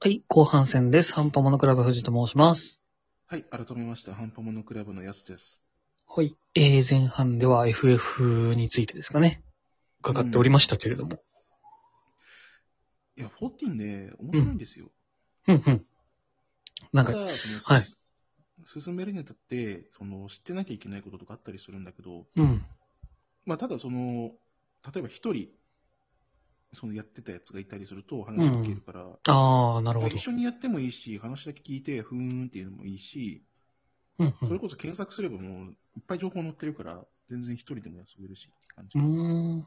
はい、後半戦です。ハンパモノクラブ藤と申します。 はい、改めまして、ハンパモノクラブのやつです。 はい、前半では FF についてですかね。伺っておりましたけれども。 いや、14ね、面うん。 白いんですよ。 うん、うん。なんか、 ただ、 はい。 進めるにあたって、知ってなきゃいけないこととかあったりするんだけど、 うん。 まあ、ただ、例えば一人、やってたやつがいたりすると話聞けるうん。 から、 あー、なるほ一ど。 緒にやってもいいし、話だけ聞いて、ふーんっていうのもいいし、 うん、うん。 それこそ検索すればもう、いっぱい情報載ってるから、全然一人でも遊べるしって感じうーかな。 ん。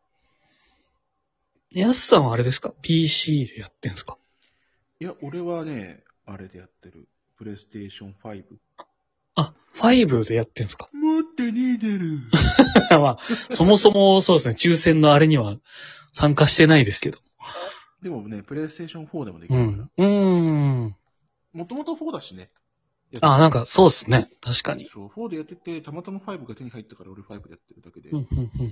やすさんはあれですか？ PC でやってんすか？ いや、俺はね、あれでやってる。プレイステーション5。 あ、5でやってんすか？ 持ってねえだろ。 まあ、そもそもそうですね、抽選のあれには参加してないですけど。 でもね、プレイステーション4でもできるから。 うん。うーん。 もともと4だしね。やってあ、 たの。 なんかそうですね。確かに。 そう、4でやってて、たまたま5が手に入ったから俺5でやってるだけで。 うん、うん、うん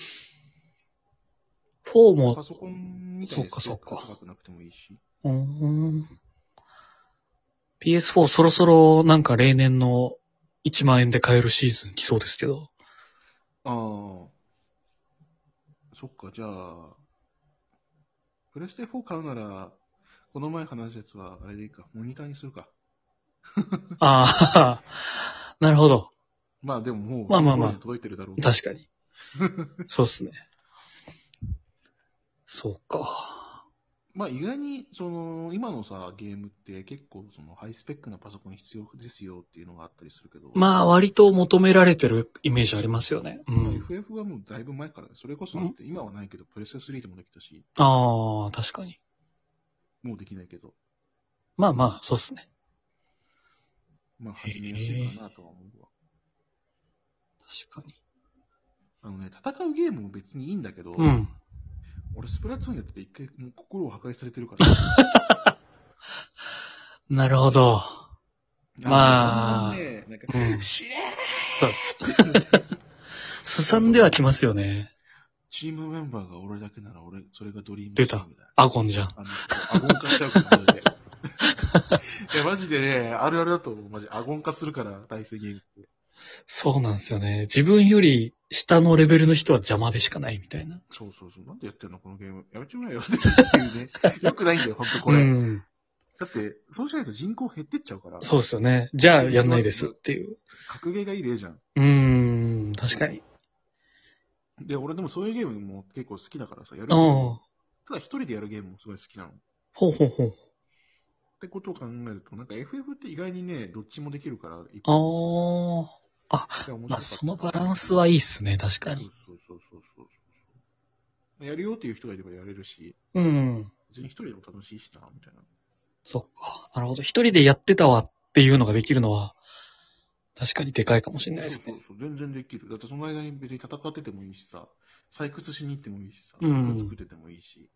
。4 で、 も、 パソコンみたいそうか、 にスペックがそうか。 高くなくてもいいし。 うーん。PS4 そろそろなんか例年の1万円で買えるシーズン来そうですけど。 ああ、そっか、じゃあ、プレステ4買うなら、この前話したやつは、あれでいいか、モニターにするか。 ああ、なるほど。 まあでももう、 まあまあまその頃には届いてるだろうあ、 けど。 確かに。そうっすね。そうか。 まあ意外に、今のさ、ゲームって結構、ハイスペックなパソコン必要ですよっていうのがあったりするけど、 まあ割と求められてるイメージありますよね。うまあ、 ん。 FF はもうだいぶ前からね、それこそだって今はないけど、プレステ3でもできたし、 ああ、確かに。 もうできないけど、 まあまあ、そうっすね。 まあへ始めやすいかえ、 なとは思うわ。 確かに。 戦うゲームも別にいいんだけど、 うん。 俺スプラトゥーンやってて一回もう心を破壊されてるから。 なるほど。 だんだんまあ、 ね、なんか、 うん。 死ねそう。 ーってなって、 すさなんかもう、 んではきますよね。 チームメンバーが俺だけなら俺、それがドリーム出た。 チームだ。 アゴンじゃん。 アゴン化しちゃうから、マジで。いや、マジでね、あるあるだと思う。マジ、アゴン化するから、対戦ゲームって。 そうなんですよね。自分より下のレベルの人は邪魔でしかないみたいな。 そうそうそう。なんでやってんのこのゲーム。やめちまえよっていうね。よくないんだよ、ほんとこうれ。 ん。 だって、そうしないと人口減ってっちゃうから。 そうですよね。じゃあで、 やんないですっていう。 格ゲーがいい例じゃん。 確かに。 で、俺でもそういうゲームも結構好きだからさ、やるあんだけど、 あ、 ただ一人でやるゲームもすごい好きなの。っほうほうほう。 てことを考えると、なんか FF って意外にね、どっちもできるから、一あ本でそあ。あ、 れ。で、面まあ白かったかな。 そのバランスはいいっすね、確かそうに。 そうそうそうそう。やるよっていう人がいればやれるし、 うん。 別に一人でも楽しいしな、みたいな。 そっか。なるほど。一人でやってたわっていうのができるのは、確かにでかいかもしれないですね。 そうそうそう、全然できる。だってその間に別に戦っててもいいしさ、採掘しに行ってもいいしさ、 うん。 服作っててもいいし。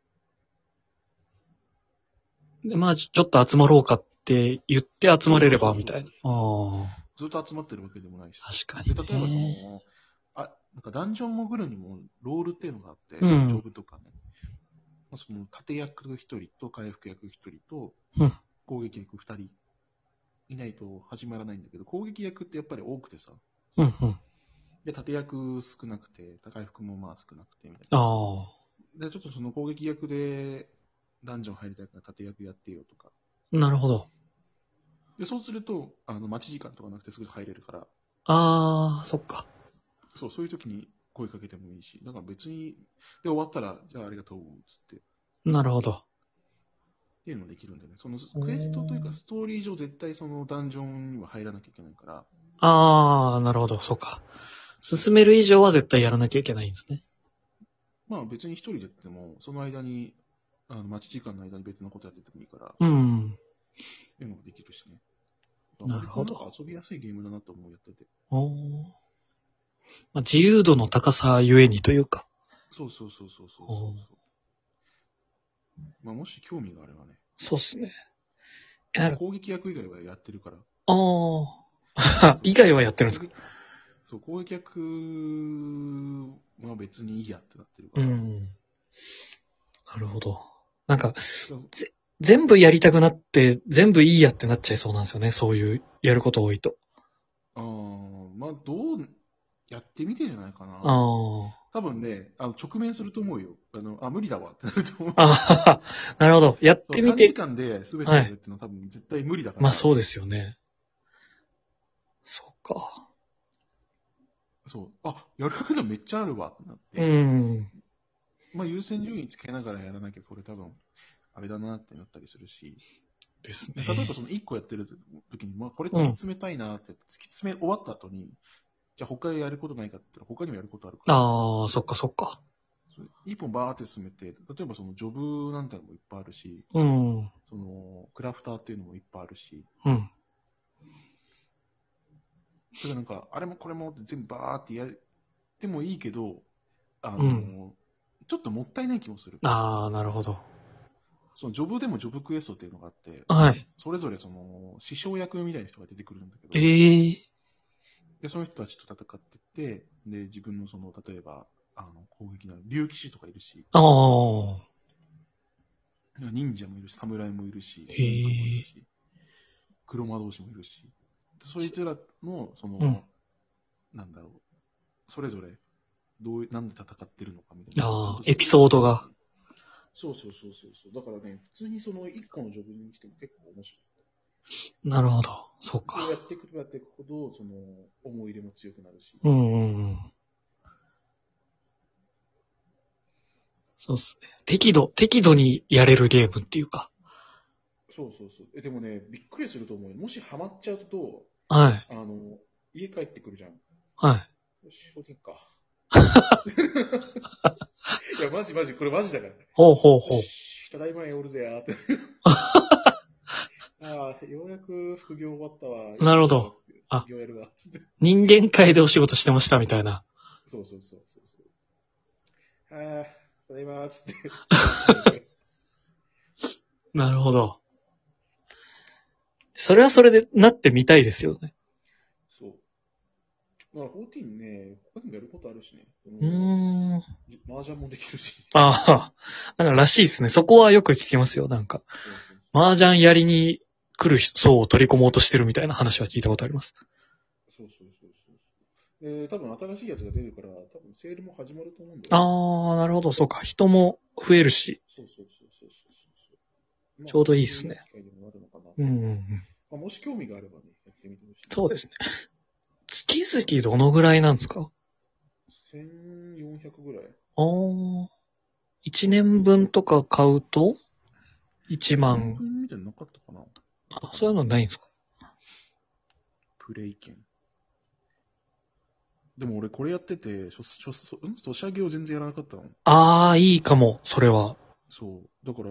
で、まあちょっと集まろうかって言って集まれれば、 そうそうそうみたいな。 そうそう。 ああ。 ずっと集まってるわけでもないしさ。 確かで、 に例えばね。 なんかダンジョン潜るにもロールっていうのがあって、ジョうん。 ブとかね。まあ、盾役一人と回復役一人とうん。 攻撃役二人いないと始まらないんだけど、攻撃役ってやっぱり多くてさ。 うん。うん。 で、盾役少なくて、回復もまあ少なくてみたいああ。 な。で、ちょっとその攻撃役でダンジョン入りたいから盾役やってよとか。 なるほど。 で、そうすると、待ち時間とかなくてすぐ入れるから、 ああ、そっか。 そういう時に声かけてもいいし、だから別に、で、終わったら、じゃあありがとう、つって、っなるほど。 ていうのもできるんだよね。そのおクエストというか、 ーストーリー上絶対そのダンジョンには入らなきゃいけないから、 ああ、なるほど。そっか。進める以上は絶対やらなきゃいけないんですね。 まあ別に一人でやっても、その間に、待ち時間の間に別のことやっててもいいから、っうん。 ていうのもできるしね。割となんかなるほど。 遊びやすいゲームだなと思う、やってて。 おーまあ、自由度の高さゆえにというか。 そうそうそうそうそうおーそう。まあもし興味があればね。 そうっすね。なんか、 攻撃役以外はやってるから。 ああ、以外はやってるんですか？ そう、攻撃役は別にいいやってなってるから。 うん。なるほど。なんか、 そう全部やりたくなって、全部いいやってなっちゃいそうなんですよね。そういう、やること多いと。 まあ、どう、やってみてじゃないかな。 あ多分ね、直面すると思うよ。無理だわってなると思う。 あ。ああ、なるほど。やっそう短時てみて。 間で全てはい。 やるっていうのは多分絶対無理だから、 まあそうですよね。そうか。 そう、やるのめっちゃあるわってなっうて、 ん。 まあ優先順位つけながらやらなきゃこれ多分、あれだなってなったりするし、 ですで例えばね。 その1個やってる時に、まあこれ突きうん。 詰めたいなって、突き詰め終わった後に、じゃあ他やることないかって言ったら他にもやることあるから、 ああ、そっかそっか。 一本バーって進めて、例えばそのジョブなんてのもいっぱいあるし、 うん。 そのクラフターっていうのもいっぱいあるし、 うん。 それがなんか、あれもこれもって全部バーってやってもいいけど、 うん。 ちょっともったいない気もする。 ああ、なるほど。 そのジョブでもジョブクエストっていうのがあって、 はい。 それぞれその師匠役みたいな人が出てくるんだけど、 ええ、 で、その人たちと戦ってって、で、自分のその、例えば、攻撃の竜騎士とかいるし、 ああ。 忍者もいるし、侍もいるし、 え文句もいるえ、 し、黒魔道士もいるし、でそいつらの、そうん。 の、なんだろう、それぞれ、なんで戦ってるのかみたいな、ちゃんああ、 とエピソードが。 そうそうそうそうそう。だからね、普通にその1個のジョブにしても結構面白い。 なるほど。そうそれをやか。 っていくとやっていくほど、その、思い入れも強くなるし。 うんうんうん。そうっすね。適度にやれるゲームっていうか。 そうそうそう。でもね、びっくりすると思うよ。もしハマっちゃうと、 はい。 あの、家帰ってくるじゃん。 はい。 よし、商店か。いや、マジマジ、これマジだから。よほうほうほう。 し、ただいまおるぜやーって。ああ、ようやく副業終わったわ。よし、じゃあ、 なるほど。あ、 副業やるわ。つって。 人間界でお仕事してましたみたいな。 そうそうそうそうそう。ああ、ただいまーつって。 なるほど。それはそれでなってみたいですよね。 そう。まあ、14ね、他にもやることあるしね。 うーん。 麻雀もできるし。 ああ、なんからしいですね。そこはよく聞きますよ。なんか、 そうそう麻雀やりに来る層を取り込もうとしてるみたいな話は聞いたことあります。 そうそうそうそうそう。多分新しいやつが出るから、多分セールも始まると思うんだよね。 ああ、なるほど。そうか。人も増えるし、 そうそうそうそうそうそう。まあ、 ちょうどいいっすね。 そういう機会でもあるのかな。 うんうんうん。 まあ、もし興味があればね、やってみてほしい。 そうですね。月々どのぐらいなんですか？ 1400ぐらい。 ああ、1年分とか買うと1 一年万。 分みたいなのなかったかな。 あ、そういうのないんですか？ プレイ券。でも俺これやってて、ソシャゲを全然やらなかったの。 ああ、いいかも、それは。 そう。だから、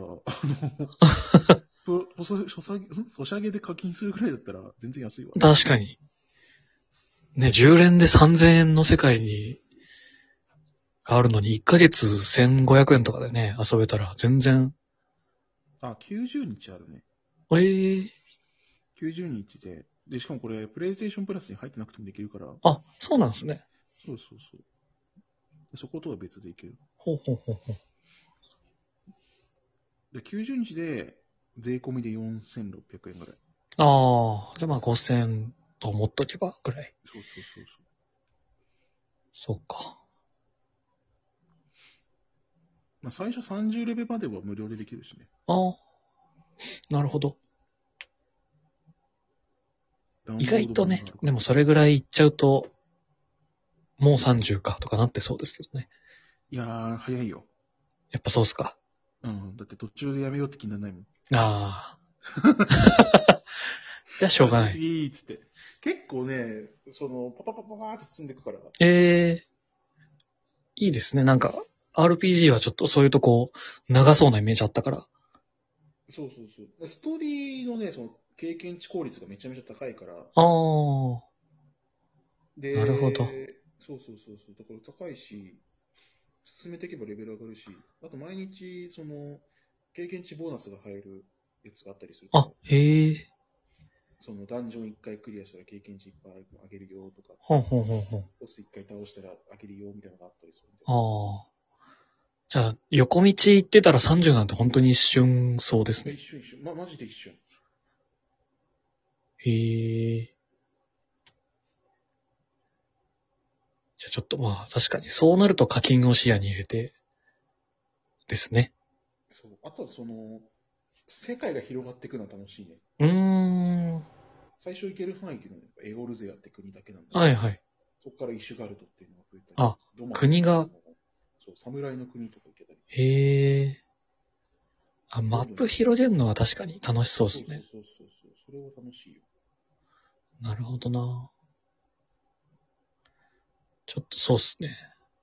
ソシャゲで課金するくらいだったら全然安いわ。 確かに。ね、10連で3000円の世界にがあるのに、1ヶ月1500円とかでね、遊べたら全然。 90日あるね。 ええ、 90日で。で、しかもこれ、プレイステーションプラスに入ってなくてもできるから。 あ、そうなんですね。 そうそうそう。そことは別でいける。 ほうほうほうほう。 で、90日で、税込みで4600円ぐらい。 ああ、じゃあまあ5000と思っとけばぐらい。 そうそうそうそう。 そうか。 まあ、最初30レベルまでは無料でできるしね。 ああ、なるほど。意ダウンロード外とね、 版があるから。 でもそれぐらいいっちゃうと、もう30かとかなってそうですけどね。 いやー、早いよ。 やっぱそうっすか。 うん。だって途中でやめようって気にならないもん。 ああ。じゃあしょうがない。 次、つって。結構ね、パパパパパーって進んでいくから。 ええ、いいですね。なんか、RPG はちょっとそういうとこ、長そうなイメージあったから。 そうそうそう。ストーリーのね、経験値効率がめちゃめちゃ高いから。 ああ、 で、 なるほど。 そうそうそうそう。だから高いし、進めていけばレベル上がるし、あと毎日、経験値ボーナスが入るやつがあったりするあ、 と、 へえ。 ダンジョン1回クリアしたら経験値いっぱい上げるよとか、 ほんほんほんほん。 ボス1回倒したら上げるよみたいなのがあったりするんで。 ああ。 じゃあ、横道行ってたら30なんて本当に一瞬そうですね。 一瞬一瞬。マジで一瞬。 へえ。じゃあちょっとまあ、確かにそうなると課金を視野に入れて、ですね。 そう。あとは世界が広がっていくのは楽しいね。 うーん。 最初行ける範囲っていうのはエオルゼアって国だけなんだけど、 はいはい。 そこからイシュガルドっていうのが増えたり、 あ、 ドマ国が、 そう、侍の国とか行けたり。 へえ。あ、マップ広げるのは確かに楽しそうですね。 そう。それは楽しいよ。 なるほどな。ちょっとそうっすね。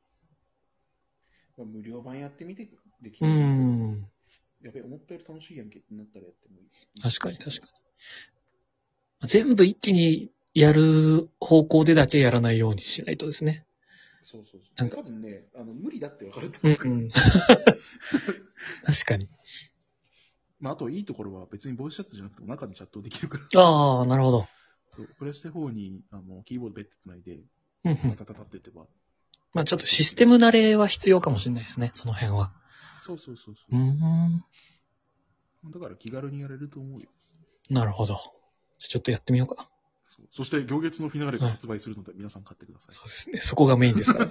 まあ、無料版やってみてできうーてもいいけど、 ん。 やべ、思ったより楽しいやんけってなったらやってもいい。 確かに確かに。全部一気にやる方向でだけやらないようにしないとですね。 そう。 なんか多分ね、無理だって分かると思うから。 うんうん。確かに。 まあ、あといいところは別にボイスチャットじゃなくても中でチャットできるから。 ああ、なるほど。 そう、プレステ4にキーボードベッてつないで、 うんうん。 タタタって言ってば。 まあちょっとシステム慣れは必要かもしれないですね、その辺は。 そう。 うーん。 だから気軽にやれると思うよ。 なるほど。ちょっとやってみようか。 そして、行月のフィナーレが発売するので、皆さん買ってください。 そうですね。そこがメインですから。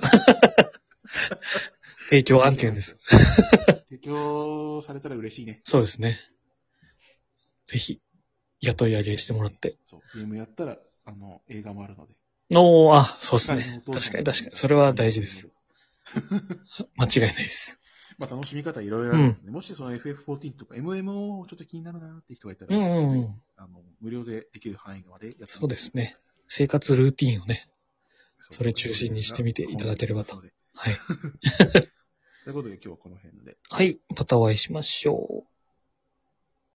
提供案件です。 提供されたら嬉しいね。 そうですね。ぜひ、雇い上げしてもらって。 そう。ゲームやったら、映画もあるので。 そうですね。確かに。それは大事です。間違いないです。 まあ楽しみ方いろいろあるので、もしその FF14 とか MMO ちょっと気になるなって人がいたら、ぜひ無料でできる範囲までやってみて。 そうですね。生活ルーティーンをね、それ中心にしてみていただければと。はい。 ということで今日はこの辺で。 はい。またお会いしましょう。